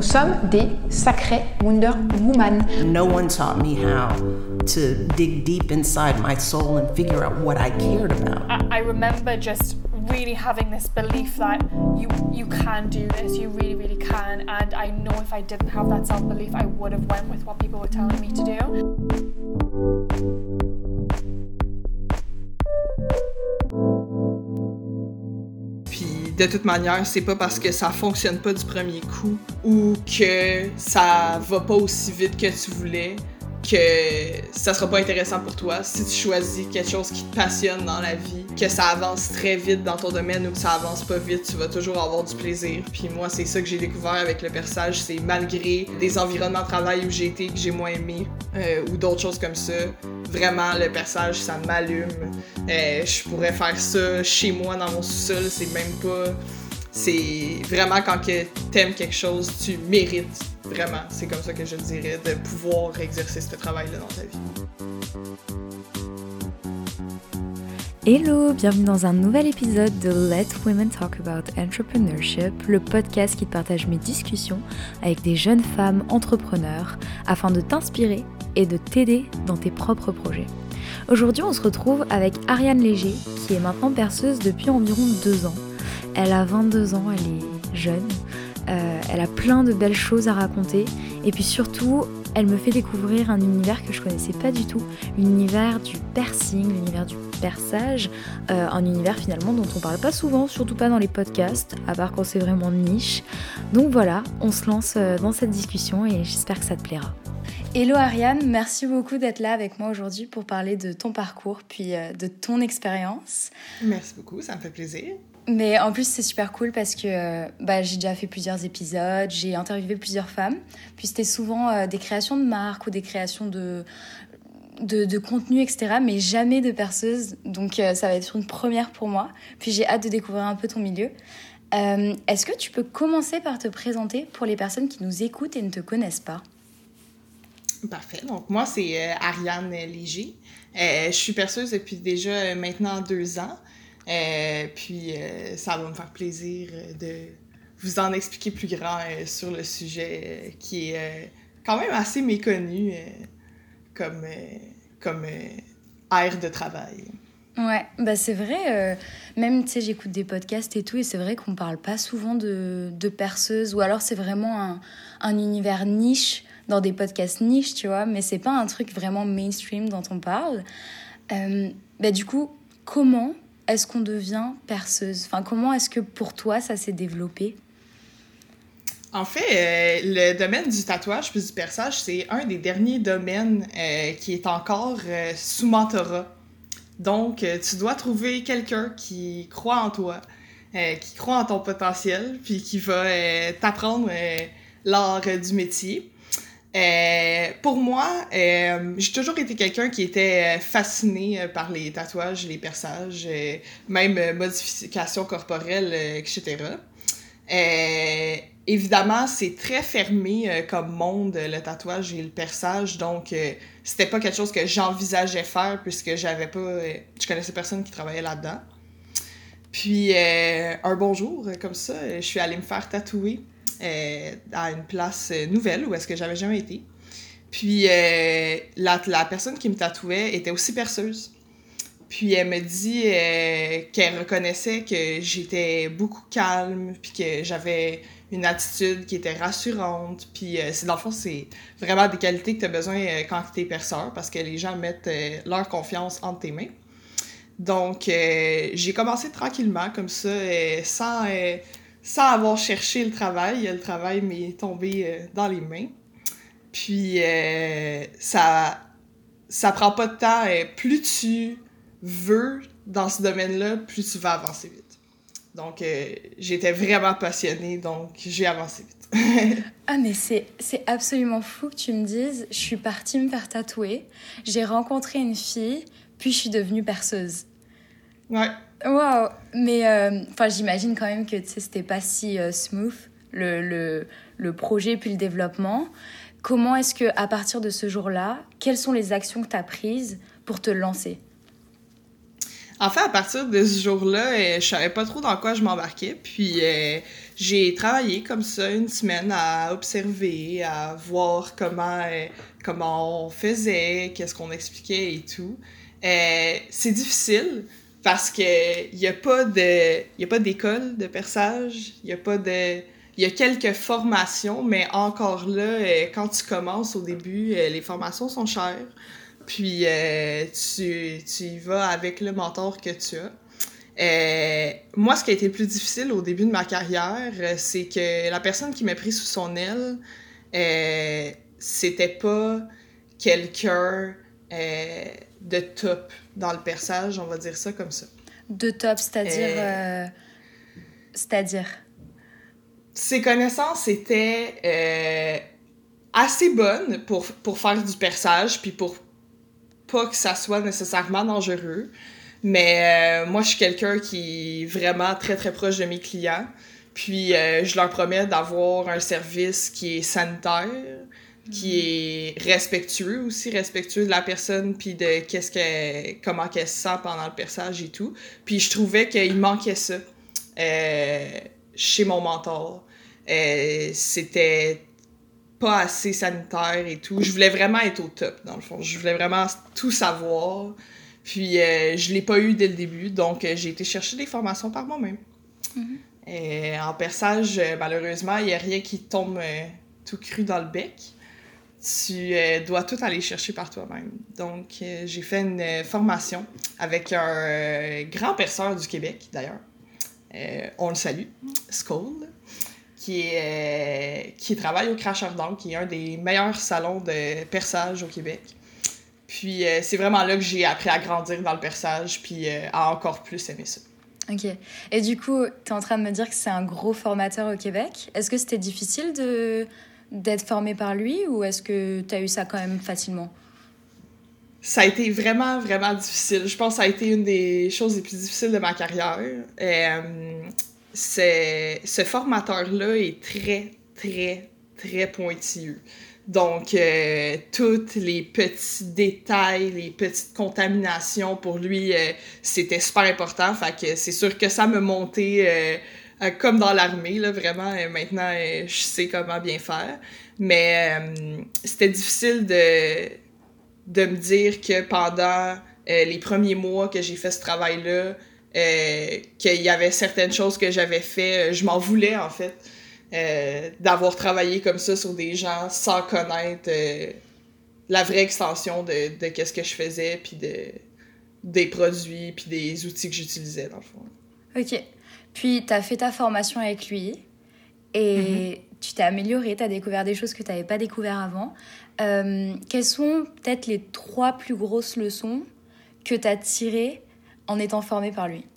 Nous sommes des sacrées Wonder Woman. No one taught me how to dig deep inside my soul and figure out what I cared about. I remember just really having this belief that you can do this, you really, really can. And I know if I didn't have that self-belief, I would have went with what people were telling me to do. De toute manière, c'est pas parce que ça fonctionne pas du premier coup ou que ça va pas aussi vite que tu voulais que ça sera pas intéressant pour toi. Si tu choisis quelque chose qui te passionne dans la vie, que ça avance très vite dans ton domaine ou que ça avance pas vite, tu vas toujours avoir du plaisir. Puis moi, c'est ça que j'ai découvert avec le perçage, c'est malgré des environnements de travail où j'ai été que j'ai moins aimé ou d'autres choses comme ça, vraiment le perçage, ça m'allume. Je pourrais faire ça chez moi dans mon sous-sol, c'est même pas... C'est vraiment quand que t'aimes quelque chose, tu mérites. Vraiment, c'est comme ça que je dirais, de pouvoir exercer ce travail-là dans ta vie. Hello, bienvenue dans un nouvel épisode de Let Women Talk About Entrepreneurship, le podcast qui te partage mes discussions avec des jeunes femmes entrepreneurs afin de t'inspirer et de t'aider dans tes propres projets. Aujourd'hui, on se retrouve avec Ariane Léger, qui est maintenant perceuse depuis environ 2 ans. Elle a 22 ans, elle est jeune, elle a plein de belles choses à raconter et puis surtout, elle me fait découvrir un univers que je connaissais pas du tout, l'univers du piercing, l'univers du perçage, un univers finalement dont on parle pas souvent, surtout pas dans les podcasts, à part quand c'est vraiment niche. Donc voilà, on se lance dans cette discussion et j'espère que ça te plaira. Hello Ariane, merci beaucoup d'être là avec moi aujourd'hui pour parler de ton parcours puis de ton expérience. Merci beaucoup, ça me fait plaisir. Mais en plus, c'est super cool parce que j'ai déjà fait plusieurs épisodes, j'ai interviewé plusieurs femmes. Puis c'était souvent des créations de marques ou des créations de contenu, etc. Mais jamais de perceuse. Donc ça va être une première pour moi. Puis j'ai hâte de découvrir un peu ton milieu. Est-ce que tu peux commencer par te présenter pour les personnes qui nous écoutent et ne te connaissent pas? Parfait. Donc moi, c'est Ariane Léger. Je suis perceuse depuis déjà maintenant 2 ans. Puis ça va me faire plaisir de vous en expliquer plus grand sur le sujet qui est quand même assez méconnu comme aire de travail. Ouais, c'est vrai, même tu sais, j'écoute des podcasts et tout, et c'est vrai qu'on parle pas souvent de perceuses, ou alors c'est vraiment un univers niche, dans des podcasts niches, tu vois, mais c'est pas un truc vraiment mainstream dont on parle. Du coup, comment est-ce qu'on devient perceuse? Enfin, comment est-ce que pour toi ça s'est développé? En fait, le domaine du tatouage puis du perçage, c'est un des derniers domaines qui est encore sous mentorat. Donc, tu dois trouver quelqu'un qui croit en toi, qui croit en ton potentiel, puis qui va t'apprendre l'art du métier. Pour moi, j'ai toujours été quelqu'un qui était fasciné par les tatouages, les perçages, même modifications corporelles, etc. Évidemment, c'est très fermé comme monde, le tatouage et le perçage, donc c'était pas quelque chose que j'envisageais faire puisque je connaissais personne qui travaillait là-dedans. Puis un bon jour, comme ça, je suis allée me faire tatouer à une place nouvelle où est-ce que j'avais jamais été. Puis la personne qui me tatouait était aussi perceuse. Puis elle me dit qu'elle reconnaissait que j'étais beaucoup calme, puis que j'avais une attitude qui était rassurante. Puis dans le fond, c'est vraiment des qualités que tu as besoin quand tu es perceur, parce que les gens mettent leur confiance entre tes mains. Donc j'ai commencé tranquillement, comme ça, sans avoir cherché le travail. Le travail m'est tombé dans les mains. Puis ça prend pas de temps. Plus tu veux dans ce domaine-là, plus tu vas avancer vite. Donc j'étais vraiment passionnée, donc j'ai avancé vite. Ah mais c'est absolument fou que tu me dises, je suis partie me faire tatouer, j'ai rencontré une fille, puis je suis devenue perceuse. Ouais. Wow, mais j'imagine quand même que c'était pas si smooth le projet puis le développement. Comment est-ce que à partir de ce jour-là, quelles sont les actions que tu as prises pour te lancer? En fait, à partir de ce jour-là, je savais pas trop dans quoi je m'embarquais. Puis j'ai travaillé comme ça une semaine à observer, à voir comment on faisait, qu'est-ce qu'on expliquait et tout. C'est difficile parce que y a pas d'école de perçage, il y a quelques formations, mais encore là, quand tu commences au début, les formations sont chères. Puis tu y vas avec le mentor que tu as. Moi, ce qui a été le plus difficile au début de ma carrière, c'est que la personne qui m'a pris sous son aile, c'était pas quelqu'un de top dans le perçage, on va dire ça comme ça. De top, c'est-à-dire... C'est-à-dire? Ses connaissances étaient assez bonnes pour faire du perçage, puis pour pas que ça soit nécessairement dangereux. Mais moi, je suis quelqu'un qui est vraiment très, très proche de mes clients. Puis je leur promets d'avoir un service qui est sanitaire, qui est respectueux aussi, respectueux de la personne, puis de comment qu'elle se sent pendant le perçage et tout. Puis je trouvais qu'il manquait ça chez mon mentor. C'était pas assez sanitaire et tout. Je voulais vraiment être au top, dans le fond. Je voulais vraiment tout savoir. Puis je l'ai pas eu dès le début, donc j'ai été chercher des formations par moi-même. En perçage, malheureusement, il y a rien qui tombe tout cru dans le bec. Tu dois tout aller chercher par toi-même. Donc, j'ai fait une formation avec un grand perceur du Québec, d'ailleurs. On le salue, Skoll, qui travaille au Cracheur d'encre, qui est un des meilleurs salons de perçage au Québec. Puis, c'est vraiment là que j'ai appris à grandir dans le perçage, puis à encore plus aimer ça. Ok. Et du coup, tu es en train de me dire que c'est un gros formateur au Québec. Est-ce que c'était difficile d'être formé par lui ou est-ce que tu as eu ça quand même facilement? Ça a été vraiment, vraiment difficile. Je pense que ça a été une des choses les plus difficiles de ma carrière. Ce formateur-là est très, très, très pointilleux. Donc, tous les petits détails, les petites contaminations, pour lui, c'était super important. Fait que c'est sûr que ça me montait comme dans l'armée, là, vraiment. Maintenant, je sais comment bien faire. Mais c'était difficile de me dire que pendant les premiers mois que j'ai fait ce travail-là, qu'il y avait certaines choses que j'avais fait, je m'en voulais, en fait. D'avoir travaillé comme ça sur des gens sans connaître la vraie extension de qu'est-ce que je faisais, puis des produits, puis des outils que j'utilisais, dans le fond. Ok. Puis, tu as fait ta formation avec lui et tu t'es améliorée, tu as découvert des choses que tu n'avais pas découvert avant. Quelles sont peut-être les 3 plus grosses leçons que tu as tirées en étant formée par lui?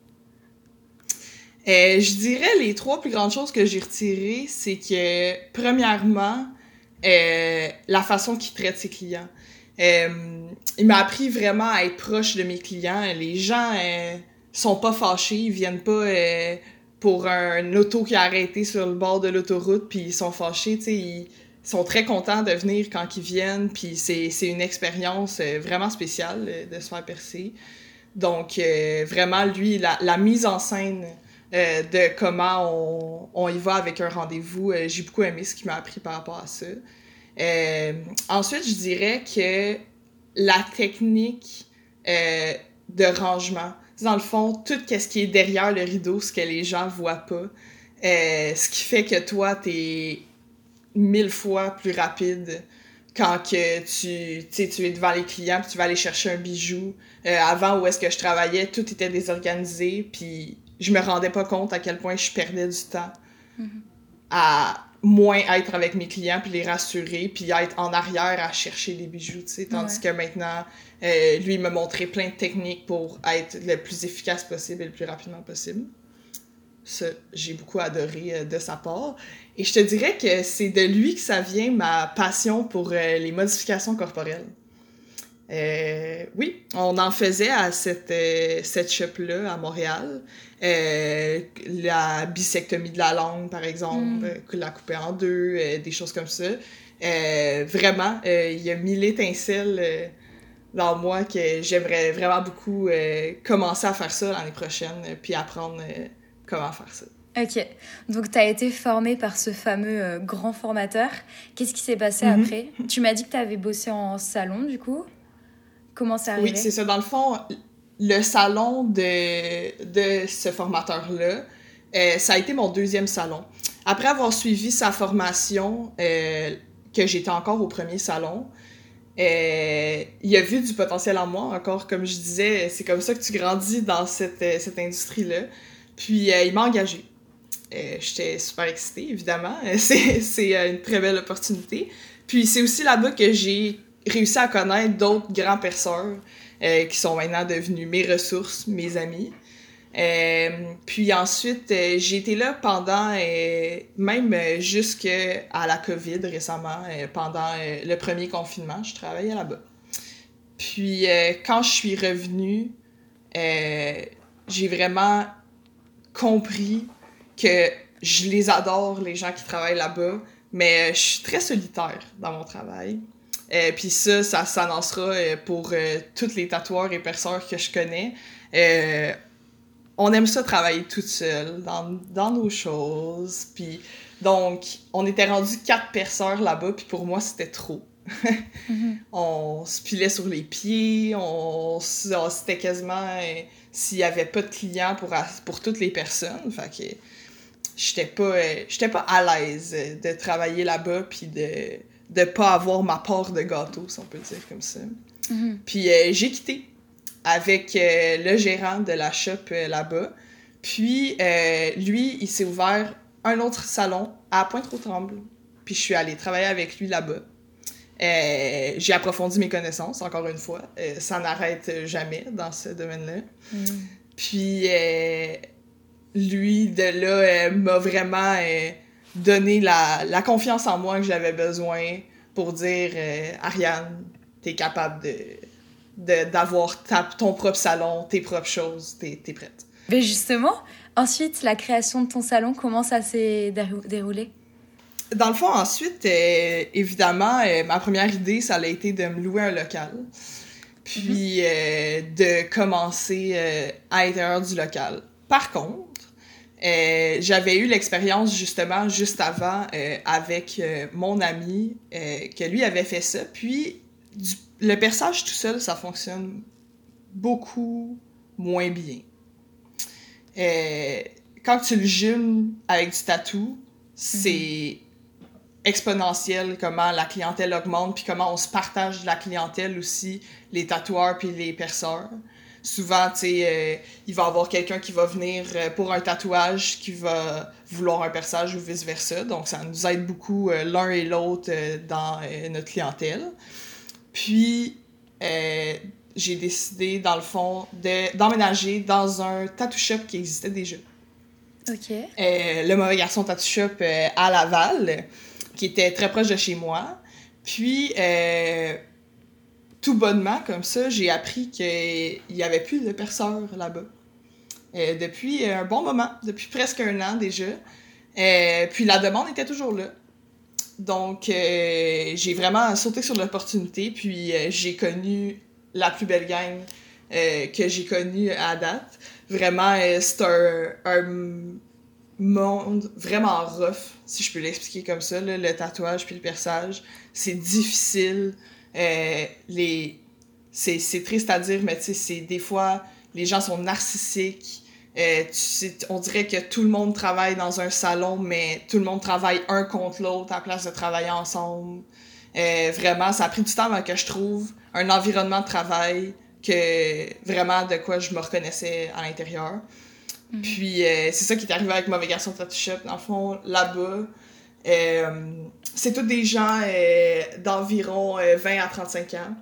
Je dirais les 3 plus grandes choses que j'ai retirées, c'est que, premièrement, la façon qu'il traite ses clients. Il m'a appris vraiment à être proche de mes clients. Les gens sont pas fâchés, ils viennent pas pour un auto qui a arrêté sur le bord de l'autoroute, puis ils sont fâchés, tu sais, ils sont très contents de venir quand ils viennent, puis c'est une expérience vraiment spéciale de se faire percer. Donc, vraiment, lui, la mise en scène de comment on y va avec un rendez-vous. J'ai beaucoup aimé ce qu'il m'a appris par rapport à ça. Ensuite, je dirais que la technique de rangement, dans le fond, tout ce qui est derrière le rideau, ce que les gens voient pas, ce qui fait que toi, t'es 1000 fois plus rapide quand que tu es devant les clients puis tu vas aller chercher un bijou. Avant, où est-ce que je travaillais, tout était désorganisé, puis je me rendais pas compte à quel point je perdais du temps à moins être avec mes clients puis les rassurer puis être en arrière à chercher des bijoux, tu sais, tandis que maintenant, lui, il m'a montré plein de techniques pour être le plus efficace possible et le plus rapidement possible. Ça, j'ai beaucoup adoré de sa part. Et je te dirais que c'est de lui que ça vient ma passion pour les modifications corporelles. Oui, on en faisait à cette shop-là à Montréal. La bisectomie de la langue, par exemple, la couper en 2, des choses comme ça. Vraiment, il y a 1000 étincelles dans moi que j'aimerais vraiment beaucoup commencer à faire ça l'année prochaine, puis apprendre comment faire ça. Ok, donc tu as été formée par ce fameux grand formateur. Qu'est-ce qui s'est passé après? Tu m'as dit que tu avais bossé en salon, du coup. Comment c'est arrivé? Oui, c'est ça. Dans le fond, le salon de ce formateur-là, ça a été mon 2e salon. Après avoir suivi sa formation, que j'étais encore au premier salon, il a vu du potentiel en moi. Encore, comme je disais, c'est comme ça que tu grandis dans cette industrie-là. Puis, il m'a engagée. J'étais super excitée, évidemment. C'est une très belle opportunité. Puis c'est aussi là-bas que j'ai réussi à connaître d'autres grands perceurs qui sont maintenant devenus mes ressources, mes amis. Puis ensuite, j'ai été là pendant, même jusqu'à la COVID récemment, pendant le premier confinement, je travaillais là-bas. Puis quand je suis revenue, j'ai vraiment compris que je les adore, les gens qui travaillent là-bas, mais je suis très solitaire dans mon travail. Puis ça s'annoncera pour tous les tatoueurs et perceurs que je connais. On aime ça travailler toute seule, dans nos choses. Puis donc, on était rendus 4 perceurs là-bas, puis pour moi, c'était trop. On se pilait sur les pieds, c'était quasiment s'il n'y avait pas de clients pour toutes les personnes. Fait que j'étais pas à l'aise de travailler là-bas puis de pas avoir ma part de gâteau, si on peut le dire comme ça. Puis j'ai quitté avec le gérant de la shop là-bas. Puis lui, il s'est ouvert un autre salon à Pointe-aux-Trembles. Puis je suis allée travailler avec lui là-bas. J'ai approfondi mes connaissances, encore une fois. Ça n'arrête jamais dans ce domaine-là. Puis lui, de là, m'a vraiment donné la confiance en moi que j'avais besoin pour dire « Ariane, t'es capable d'avoir ton propre salon, tes propres choses, t'es prête. » Mais justement, ensuite, la création de ton salon, comment ça s'est déroulé? Dans le fond, ensuite, évidemment, ma première idée, ça a été de me louer un local. Puis de commencer à l'intérieur du local. Par contre, j'avais eu l'expérience justement juste avant avec mon ami que lui avait fait ça. Puis le perçage tout seul, ça fonctionne beaucoup moins bien. Quand tu le jumes avec du tatou, c'est exponentiel comment la clientèle augmente puis comment on se partage de la clientèle aussi, les tatoueurs puis les perceurs. Souvent, tu sais, il va y avoir quelqu'un qui va venir pour un tatouage qui va vouloir un perçage ou vice-versa. Donc, ça nous aide beaucoup l'un et l'autre dans notre clientèle. Puis, j'ai décidé, dans le fond, d'emménager dans un tattoo shop qui existait déjà. OK. Le Mauvais Garçon Tattoo Shop à Laval, qui était très proche de chez moi. Puis, tout bonnement, comme ça, j'ai appris qu'il n'y avait plus de perceurs là-bas. Depuis un bon moment, depuis presque 1 an déjà. Puis la demande était toujours là. Donc, j'ai vraiment sauté sur l'opportunité, puis j'ai connu la plus belle gang que j'ai connue à date. Vraiment, c'est un monde vraiment rough, si je peux l'expliquer comme ça, là, le tatouage puis le perçage. C'est difficile. C'est triste à dire, mais tu sais, des fois, les gens sont narcissiques. On dirait que tout le monde travaille dans un salon, mais tout le monde travaille un contre l'autre à la place de travailler ensemble. Vraiment, ça a pris du temps avant que je trouve un environnement de travail que vraiment de quoi je me reconnaissais à l'intérieur. Puis c'est ça qui est arrivé avec Mauvais Garçon Tattoo Shop. Dans le fond, là-bas, c'est tous des gens d'environ 20 à 35 ans.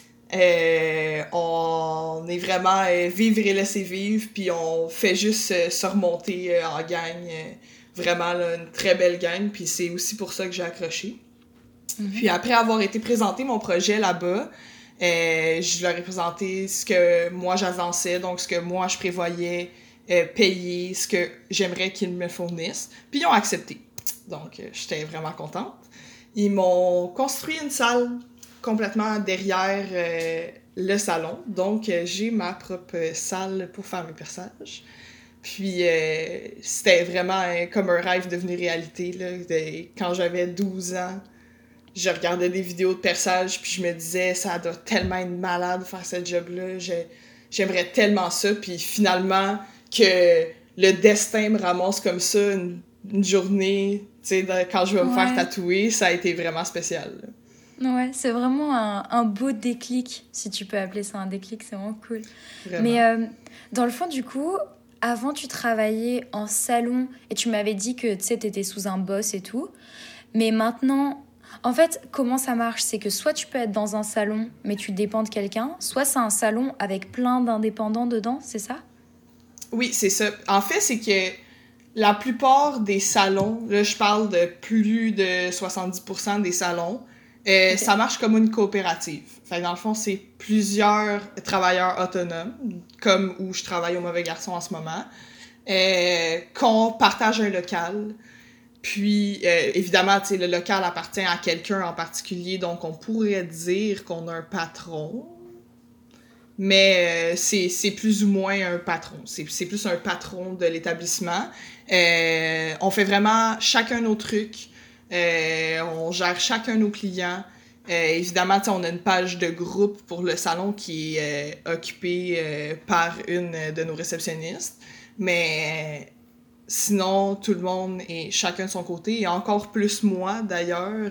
On est vraiment vivre et laisser vivre, puis on fait juste se remonter en gang. Vraiment là, une très belle gang, puis c'est aussi pour ça que j'ai accroché. Puis après avoir été présenté mon projet là-bas, je leur ai présenté ce que moi j'avançais, donc ce que moi je prévoyais payer, ce que j'aimerais qu'ils me fournissent. Puis ils ont accepté. Donc j'étais vraiment contente. Ils m'ont construit une salle complètement derrière le salon. Donc, j'ai ma propre salle pour faire mes perçages. Puis, c'était vraiment comme un rêve devenu réalité, là. Quand j'avais 12 ans, je regardais des vidéos de perçage, puis je me disais, ça doit tellement être malade de faire ce job-là. J'aimerais tellement ça. Puis finalement, que le destin me ramasse comme ça une journée, tu sais, quand je vais me faire tatouer, ça a été vraiment spécial, là. Ouais, c'est vraiment un beau déclic, si tu peux appeler ça un déclic, c'est vraiment cool. Vraiment. Mais dans le fond, du coup, avant, tu travaillais en salon et tu m'avais dit que, tu sais, t'étais sous un boss et tout. Mais maintenant, en fait, comment ça marche? C'est que soit tu peux être dans un salon, mais tu dépends de quelqu'un, soit c'est un salon avec plein d'indépendants dedans, c'est ça? Oui, c'est ça. En fait, c'est que la plupart des salons, là, je parle de plus de 70% des salons, ça marche comme une coopérative. Fait que dans le fond, c'est plusieurs travailleurs autonomes, comme où je travaille au Mauvais Garçon en ce moment, qu'on partage un local. Puis, évidemment, tu sais, le local appartient à quelqu'un en particulier, donc on pourrait dire qu'on a un patron, mais c'est plus ou moins un patron. C'est plus un patron de l'établissement. On fait vraiment chacun nos trucs. On gère chacun nos clients. Évidemment, on a une page de groupe pour le salon qui est occupée par une de nos réceptionnistes. Mais sinon, tout le monde est chacun de son côté. Et encore plus moi, d'ailleurs,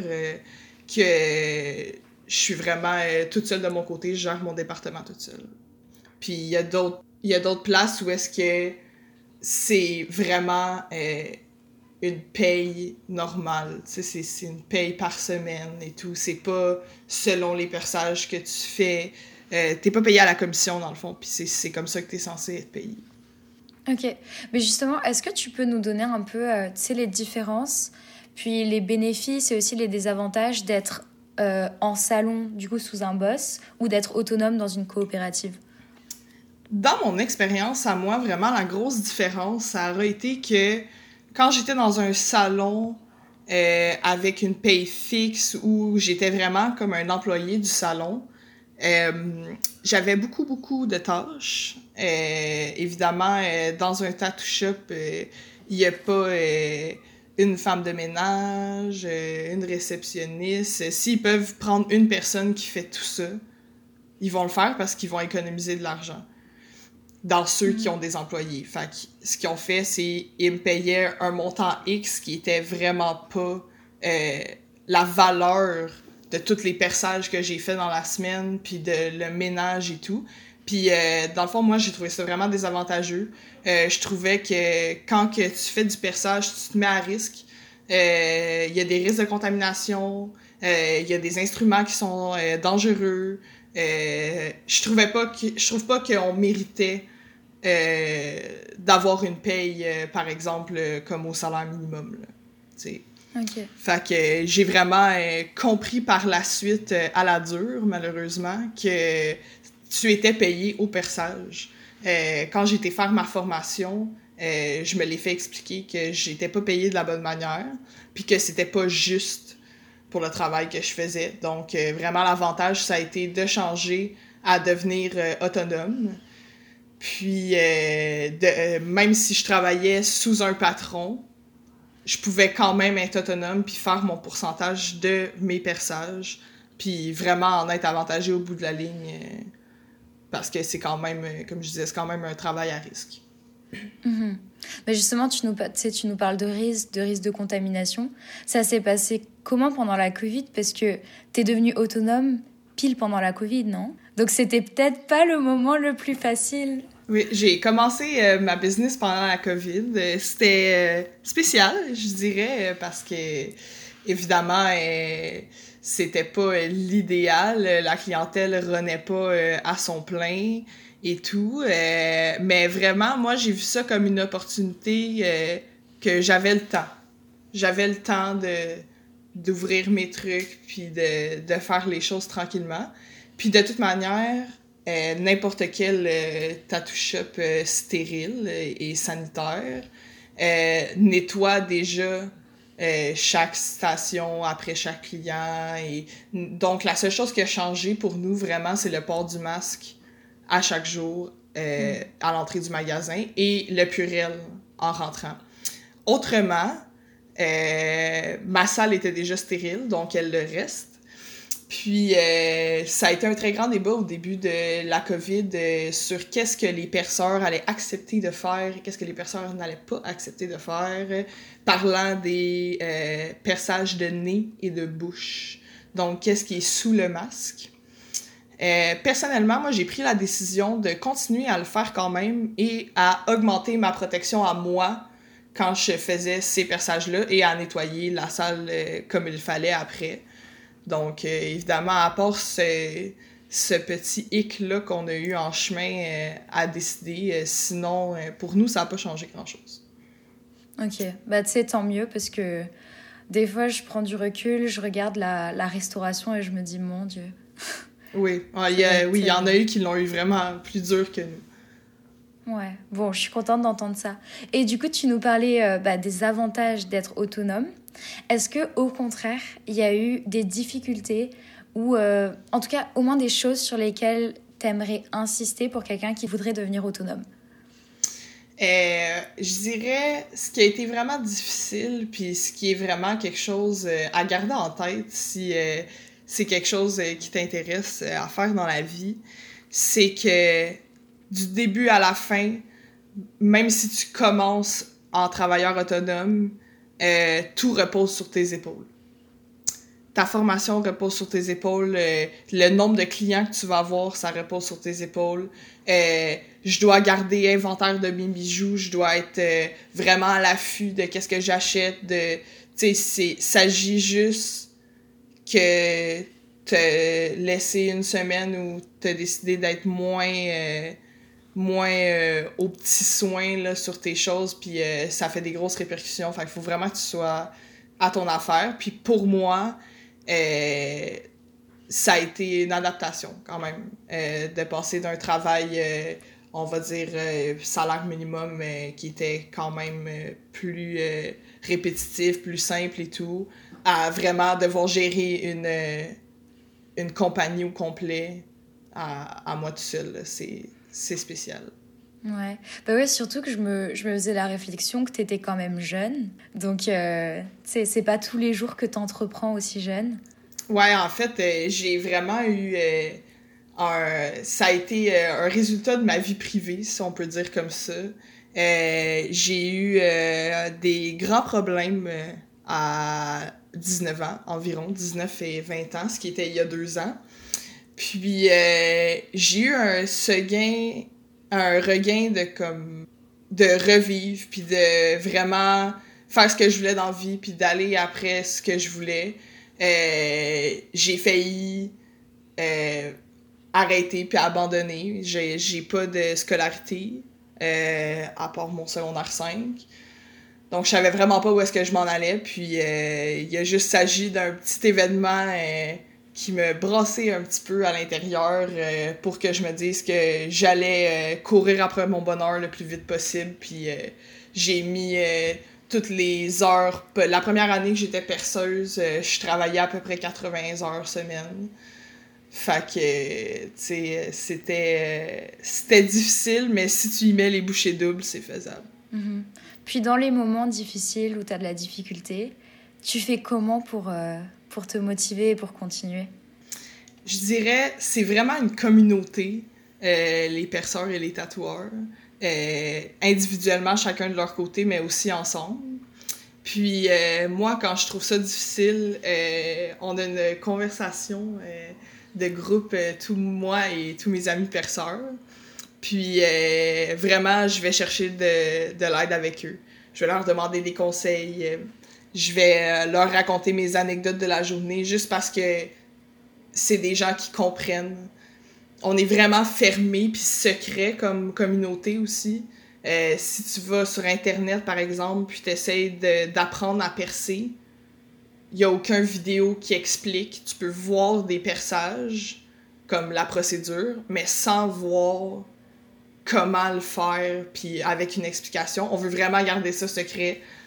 que je suis vraiment toute seule de mon côté. Je gère mon département toute seule. Puis il y a d'autres places où est-ce que c'est vraiment une paye normale. Tu sais, c'est une paye par semaine et tout. C'est pas selon les perçages que tu fais. T'es pas payé à la commission, dans le fond, puis c'est comme ça que t'es censé être payé. Ok. Mais justement, est-ce que tu peux nous donner un peu, tu sais, les différences, puis les bénéfices et aussi les désavantages d'être en salon, du coup, sous un boss, ou d'être autonome dans une coopérative? Dans mon expérience, à moi, vraiment, la grosse différence, ça aurait été que quand j'étais dans un salon avec une paye fixe où j'étais vraiment comme un employé du salon, j'avais beaucoup de tâches. Évidemment, dans un tattoo shop, il n'y a pas une femme de ménage, une réceptionniste. S'ils peuvent prendre une personne qui fait tout ça, ils vont le faire parce qu'ils vont économiser de l'argent dans ceux qui ont des employés. Fait que ce qu'ils ont fait, c'est qu'ils me payaient un montant X qui était vraiment pas la valeur de tous les perçages que j'ai fait dans la semaine, puis de le ménage et tout. Puis dans le fond, moi, j'ai trouvé ça vraiment désavantageux. Je trouvais que quand que tu fais du perçage, tu te mets à risque. Il y a des risques de contamination, il y a des instruments qui sont dangereux. Je trouve pas qu'on méritait d'avoir une paye, par exemple, comme au salaire minimum, là, t'sais. Ok. Fait que j'ai vraiment compris par la suite, à la dure, malheureusement, que tu étais payé au perçage. Quand j'ai été faire ma formation, je me l'ai fait expliquer que j'étais pas payée de la bonne manière, puis que c'était pas juste pour le travail que je faisais. Donc, vraiment, l'avantage, ça a été de changer à devenir autonome. Puis, même si je travaillais sous un patron, je pouvais quand même être autonome puis faire mon pourcentage de mes perçages, puis vraiment en être avantagé au bout de la ligne, parce que c'est quand même, comme je disais, c'est quand même un travail à risque. Mm-hmm. Mais justement, tu nous parles de risque de contamination. Ça s'est passé comment pendant la Covid? Parce que t'es devenu autonome pile pendant la Covid, non? Donc c'était peut-être pas le moment le plus facile. Oui, j'ai commencé ma business pendant la COVID. C'était spécial, je dirais, parce que, évidemment, c'était pas l'idéal. La clientèle renaît pas à son plein et tout. Mais vraiment, moi, j'ai vu ça comme une opportunité que j'avais le temps. J'avais le temps d'ouvrir mes trucs puis de faire les choses tranquillement. Puis de toute manière, n'importe quel tattoo shop stérile et sanitaire nettoie déjà chaque station après chaque client. Et donc, la seule chose qui a changé pour nous, vraiment, c'est le port du masque à chaque jour à l'entrée du magasin et le Purell en rentrant. Autrement, ma salle était déjà stérile, donc elle le reste. Puis, ça a été un très grand débat au début de la COVID sur qu'est-ce que les perceurs allaient accepter de faire et qu'est-ce que les perceurs n'allaient pas accepter de faire, parlant des perçages de nez et de bouche. Donc, qu'est-ce qui est sous le masque. Personnellement, moi, j'ai pris la décision de continuer à le faire quand même et à augmenter ma protection à moi quand je faisais ces perçages-là et à nettoyer la salle comme il fallait après. Donc, évidemment, à part ce petit hic-là qu'on a eu en chemin à décider, sinon, pour nous, ça n'a pas changé grand-chose. Ok, bah tu sais, tant mieux, parce que des fois, je prends du recul, je regarde la restauration et je me dis, mon Dieu. Oui, il y en a eu qui l'ont eu vraiment plus dur que nous. Ouais, bon, je suis contente d'entendre ça. Et du coup, tu nous parlais des avantages d'être autonome. Est-ce que, au contraire, il y a eu des difficultés ou, en tout cas, au moins des choses sur lesquelles tu aimerais insister pour quelqu'un qui voudrait devenir autonome? Je dirais, ce qui a été vraiment difficile, puis ce qui est vraiment quelque chose à garder en tête si c'est quelque chose qui t'intéresse à faire dans la vie, c'est que du début à la fin, même si tu commences en travailleur autonome, tout repose sur tes épaules. Ta formation repose sur tes épaules, le nombre de clients que tu vas avoir, ça repose sur tes épaules. Je dois garder inventaire de mes bijoux, je dois être vraiment à l'affût de qu'est-ce que j'achète. S'agit juste que te laisser une semaine où tu as décidé d'être moins aux petits soins là, sur tes choses, puis ça fait des grosses répercussions. Fait qu'il faut vraiment que tu sois à ton affaire. Puis pour moi, ça a été une adaptation quand même, de passer d'un travail, on va dire, salaire minimum, qui était quand même plus répétitif, plus simple et tout, à vraiment devoir gérer une compagnie au complet à moi tout seul. C'est spécial. Ouais. Bah ouais, surtout que je me faisais la réflexion que t'étais quand même jeune. Donc, c'est pas tous les jours que t'entreprends aussi jeune. Ouais, en fait, j'ai vraiment eu... ça a été un résultat de ma vie privée, si on peut dire comme ça. J'ai eu des grands problèmes à 19 ans, environ, 19 et 20 ans, ce qui était il y a 2 ans. Puis j'ai eu un regain de revivre, puis de vraiment faire ce que je voulais dans la vie, puis d'aller après ce que je voulais. J'ai failli arrêter puis abandonner. J'ai pas de scolarité, à part mon secondaire 5. Donc, je savais vraiment pas où est-ce que je m'en allais. Puis, il a juste s'agi d'un petit événement qui me brassait un petit peu à l'intérieur pour que je me dise que j'allais courir après mon bonheur le plus vite possible. Puis, j'ai mis toutes les heures... La première année que j'étais perceuse, je travaillais à peu près 80 heures semaine. Fait que, tu sais, c'était difficile, mais si tu y mets les bouchées doubles, c'est faisable. Mm-hmm. Puis dans les moments difficiles où tu as de la difficulté, tu fais comment pour te motiver et pour continuer? Je dirais, c'est vraiment une communauté, les perceurs et les tatoueurs. Individuellement, chacun de leur côté, mais aussi ensemble. Puis moi, quand je trouve ça difficile, on a une conversation de groupe, moi et tous mes amis perceurs. Puis vraiment, je vais chercher de l'aide avec eux. Je vais leur demander des conseils. Je vais leur raconter mes anecdotes de la journée juste parce que c'est des gens qui comprennent. On est vraiment fermé puis secret comme communauté aussi. Si tu vas sur Internet, par exemple, puis tu essaies d'apprendre à percer, il n'y a aucune vidéo qui explique. Tu peux voir des perçages, comme la procédure, mais sans voir comment le faire, puis avec une explication. On veut vraiment garder ça secret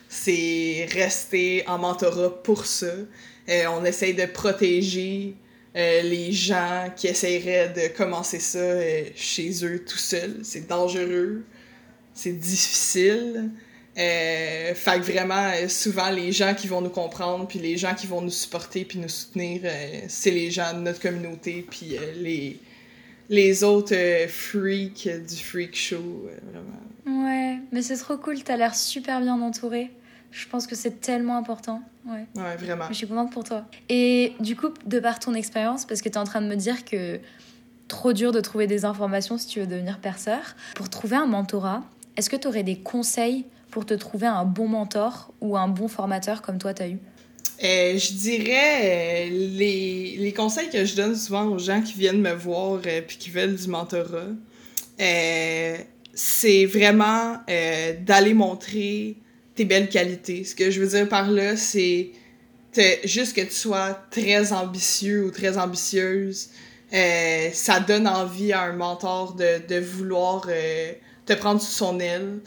c'est rester en mentorat pour ça. On essaye de protéger les gens qui essaieraient de commencer ça chez eux tout seuls. C'est dangereux, c'est difficile. Fait que vraiment, souvent, les gens qui vont nous comprendre, puis les gens qui vont nous supporter puis nous soutenir, c'est les gens de notre communauté, puis les autres freaks du freak show, vraiment. Ouais, mais c'est trop cool, t'as l'air super bien entourée. Je pense que c'est tellement important. Ouais, vraiment. Je suis contente pour toi. Et du coup, de par ton expérience, parce que t'es en train de me dire que trop dur de trouver des informations si tu veux devenir perceur, pour trouver un mentorat, est-ce que t'aurais des conseils pour te trouver un bon mentor ou un bon formateur comme toi t'as eu? Je dirais les conseils que je donne souvent aux gens qui viennent me voir puis qui veulent du mentorat, c'est vraiment d'aller montrer tes belles qualités. Ce que je veux dire par là, c'est juste que tu sois très ambitieux ou très ambitieuse. Ça donne envie à un mentor de vouloir te prendre sous son aile.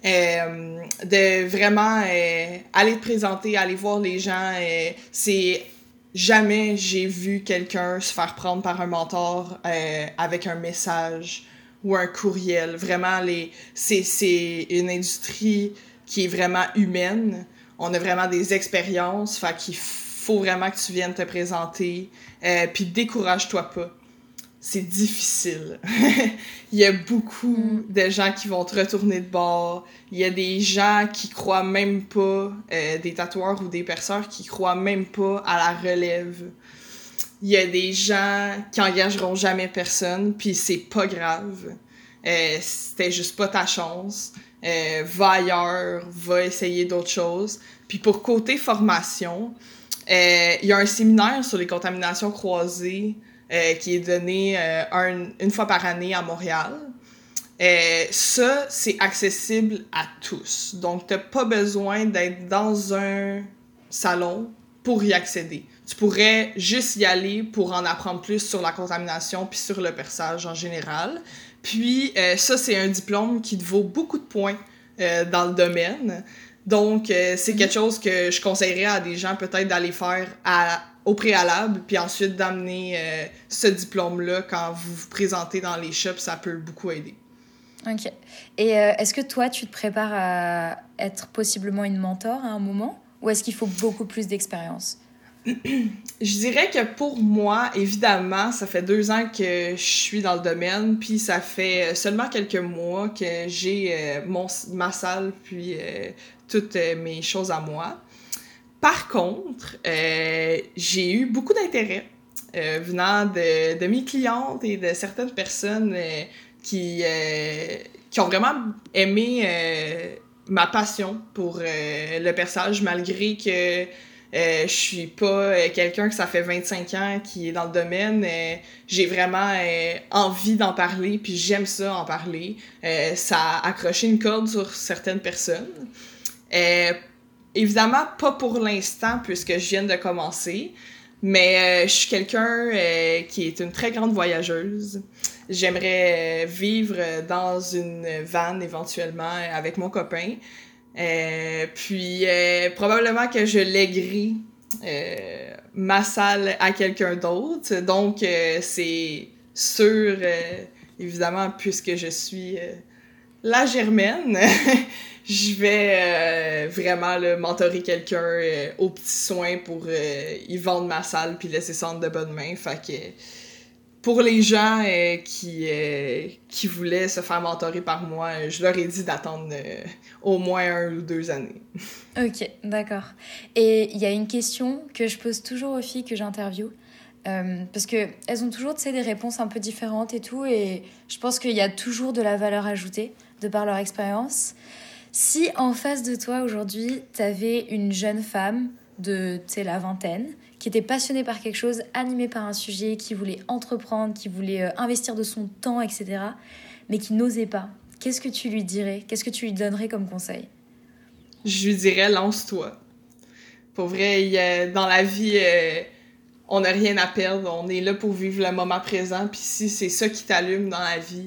De vraiment aller te présenter, aller voir les gens. C'est jamais j'ai vu quelqu'un se faire prendre par un mentor avec un message ou un courriel. Vraiment, c'est une industrie qui est vraiment humaine. On a vraiment des expériences, fait qu'il faut vraiment que tu viennes te présenter. Puis décourage-toi pas. C'est difficile. Il y a beaucoup de gens qui vont te retourner de bord. Il y a des gens qui croient même pas, des tatoueurs ou des perceurs qui croient même pas à la relève. Il y a des gens qui engageront jamais personne, puis c'est pas grave. C'était juste pas ta chance. Va ailleurs, va essayer d'autres choses. Puis pour côté formation, il y a un séminaire sur les contaminations croisées qui est donné une fois par année à Montréal. Ça, c'est accessible à tous. Donc, t'as pas besoin d'être dans un salon pour y accéder. Tu pourrais juste y aller pour en apprendre plus sur la contamination puis sur le perçage en général. Puis, ça, c'est un diplôme qui te vaut beaucoup de points dans le domaine. Donc, c'est quelque chose que je conseillerais à des gens peut-être d'aller faire au préalable, puis ensuite d'amener ce diplôme-là quand vous vous présentez dans les shops, ça peut beaucoup aider. Ok. Et est-ce que toi, tu te prépares à être possiblement une mentor à un moment, ou est-ce qu'il faut beaucoup plus d'expérience? Je dirais que pour moi, évidemment, ça fait 2 ans que je suis dans le domaine, puis ça fait seulement quelques mois que j'ai ma salle, puis toutes mes choses à moi. Par contre, j'ai eu beaucoup d'intérêt venant de mes clientes et de certaines personnes qui ont vraiment aimé ma passion pour le perçage, malgré que je suis pas quelqu'un que ça fait 25 ans qui est dans le domaine. J'ai vraiment envie d'en parler, puis j'aime ça en parler. Ça a accroché une corde sur certaines personnes. Évidemment, pas pour l'instant, puisque je viens de commencer, mais je suis quelqu'un qui est une très grande voyageuse. J'aimerais vivre dans une van, éventuellement, avec mon copain. Puis, probablement que je lèguerai ma salle à quelqu'un d'autre. Donc, c'est sûr, évidemment, puisque je suis la Germaine, je vais vraiment mentorer quelqu'un aux petits soins pour y vendre ma salle puis laisser ça entre de bonnes mains. Fait que pour les gens qui voulaient se faire mentorer par moi, je leur ai dit d'attendre au moins 1 ou 2 années. Ok, d'accord. Et il y a une question que je pose toujours aux filles que j'interviewe, parce qu'elles ont toujours des réponses un peu différentes et tout, et je pense qu'il y a toujours de la valeur ajoutée de par leur expérience. Si en face de toi aujourd'hui, t'avais une jeune femme de la vingtaine qui était passionnée par quelque chose, animée par un sujet, qui voulait entreprendre, qui voulait investir de son temps, etc., mais qui n'osait pas, qu'est-ce que tu lui dirais? Qu'est-ce que tu lui donnerais comme conseil? Je lui dirais, lance-toi. Pour vrai, dans la vie, on n'a rien à perdre. On est là pour vivre le moment présent. Puis si c'est ça qui t'allume dans la vie,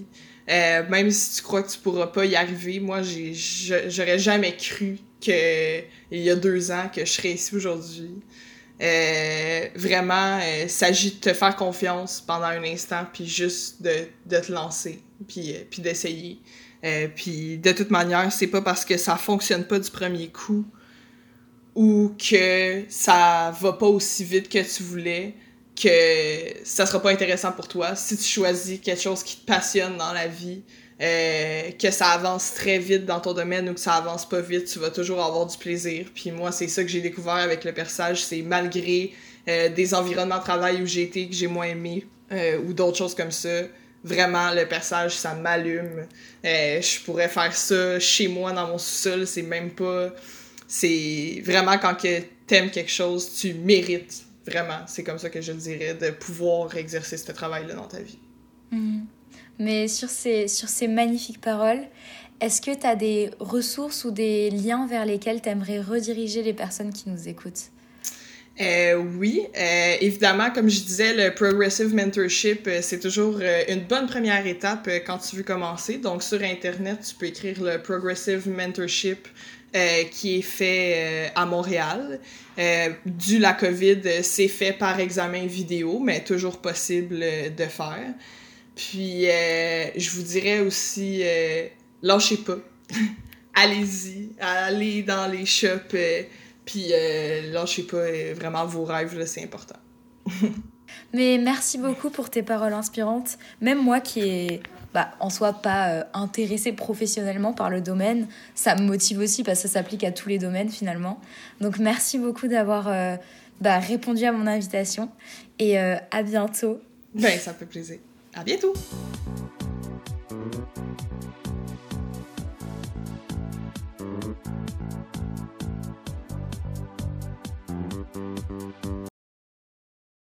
Même si tu crois que tu pourras pas y arriver, moi, j'aurais jamais cru que il y a 2 ans que je serais ici aujourd'hui. Vraiment, il s'agit de te faire confiance pendant un instant, puis juste de te lancer, puis d'essayer. Puis de toute manière, c'est pas parce que ça fonctionne pas du premier coup ou que ça va pas aussi vite que tu voulais que ça sera pas intéressant pour toi. Si tu choisis quelque chose qui te passionne dans la vie, que ça avance très vite dans ton domaine ou que ça avance pas vite, tu vas toujours avoir du plaisir. Puis moi, c'est ça que j'ai découvert avec le perçage, c'est malgré des environnements de travail où j'ai été, que j'ai moins aimé, ou d'autres choses comme ça, vraiment, le perçage, ça m'allume. Je pourrais faire ça chez moi, dans mon sous-sol, c'est même pas... C'est vraiment quand que t'aimes quelque chose, tu mérites. Vraiment, c'est comme ça que je le dirais, de pouvoir exercer ce travail-là dans ta vie. Mais sur ces magnifiques paroles, est-ce que tu as des ressources ou des liens vers lesquels tu aimerais rediriger les personnes qui nous écoutent? Oui, évidemment, comme je disais, le Progressive Mentorship, c'est toujours une bonne première étape quand tu veux commencer. Donc, sur Internet, tu peux écrire le Progressive Mentorship qui est fait à Montréal. Dû la COVID, c'est fait par examen vidéo, mais toujours possible de faire. Puis, je vous dirais aussi, lâchez pas. Allez-y, allez dans les shops, puis lâchez pas, vraiment vos rêves, là, c'est important. Mais merci beaucoup pour tes paroles inspirantes. Même moi qui est en soi pas intéressée professionnellement par le domaine, ça me motive aussi parce que ça s'applique à tous les domaines finalement. Donc merci beaucoup d'avoir répondu à mon invitation et à bientôt. Ben, ça me fait plaisir. À bientôt!